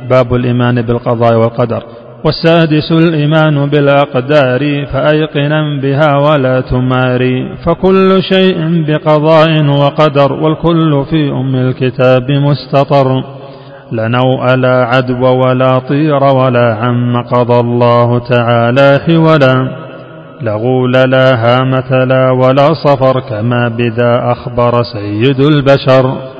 باب الإيمان بالقضاء والقدر. والسادس الإيمان بالأقدار فأيقنا بها ولا تماري، فكل شيء بقضاء وقدر والكل في أم الكتاب مستطر، لا نوء لا عدو ولا طير ولا عم قضى الله تعالى حولا، لا غول لا هامة لا ولا صفر كما بذا أخبر سيد البشر.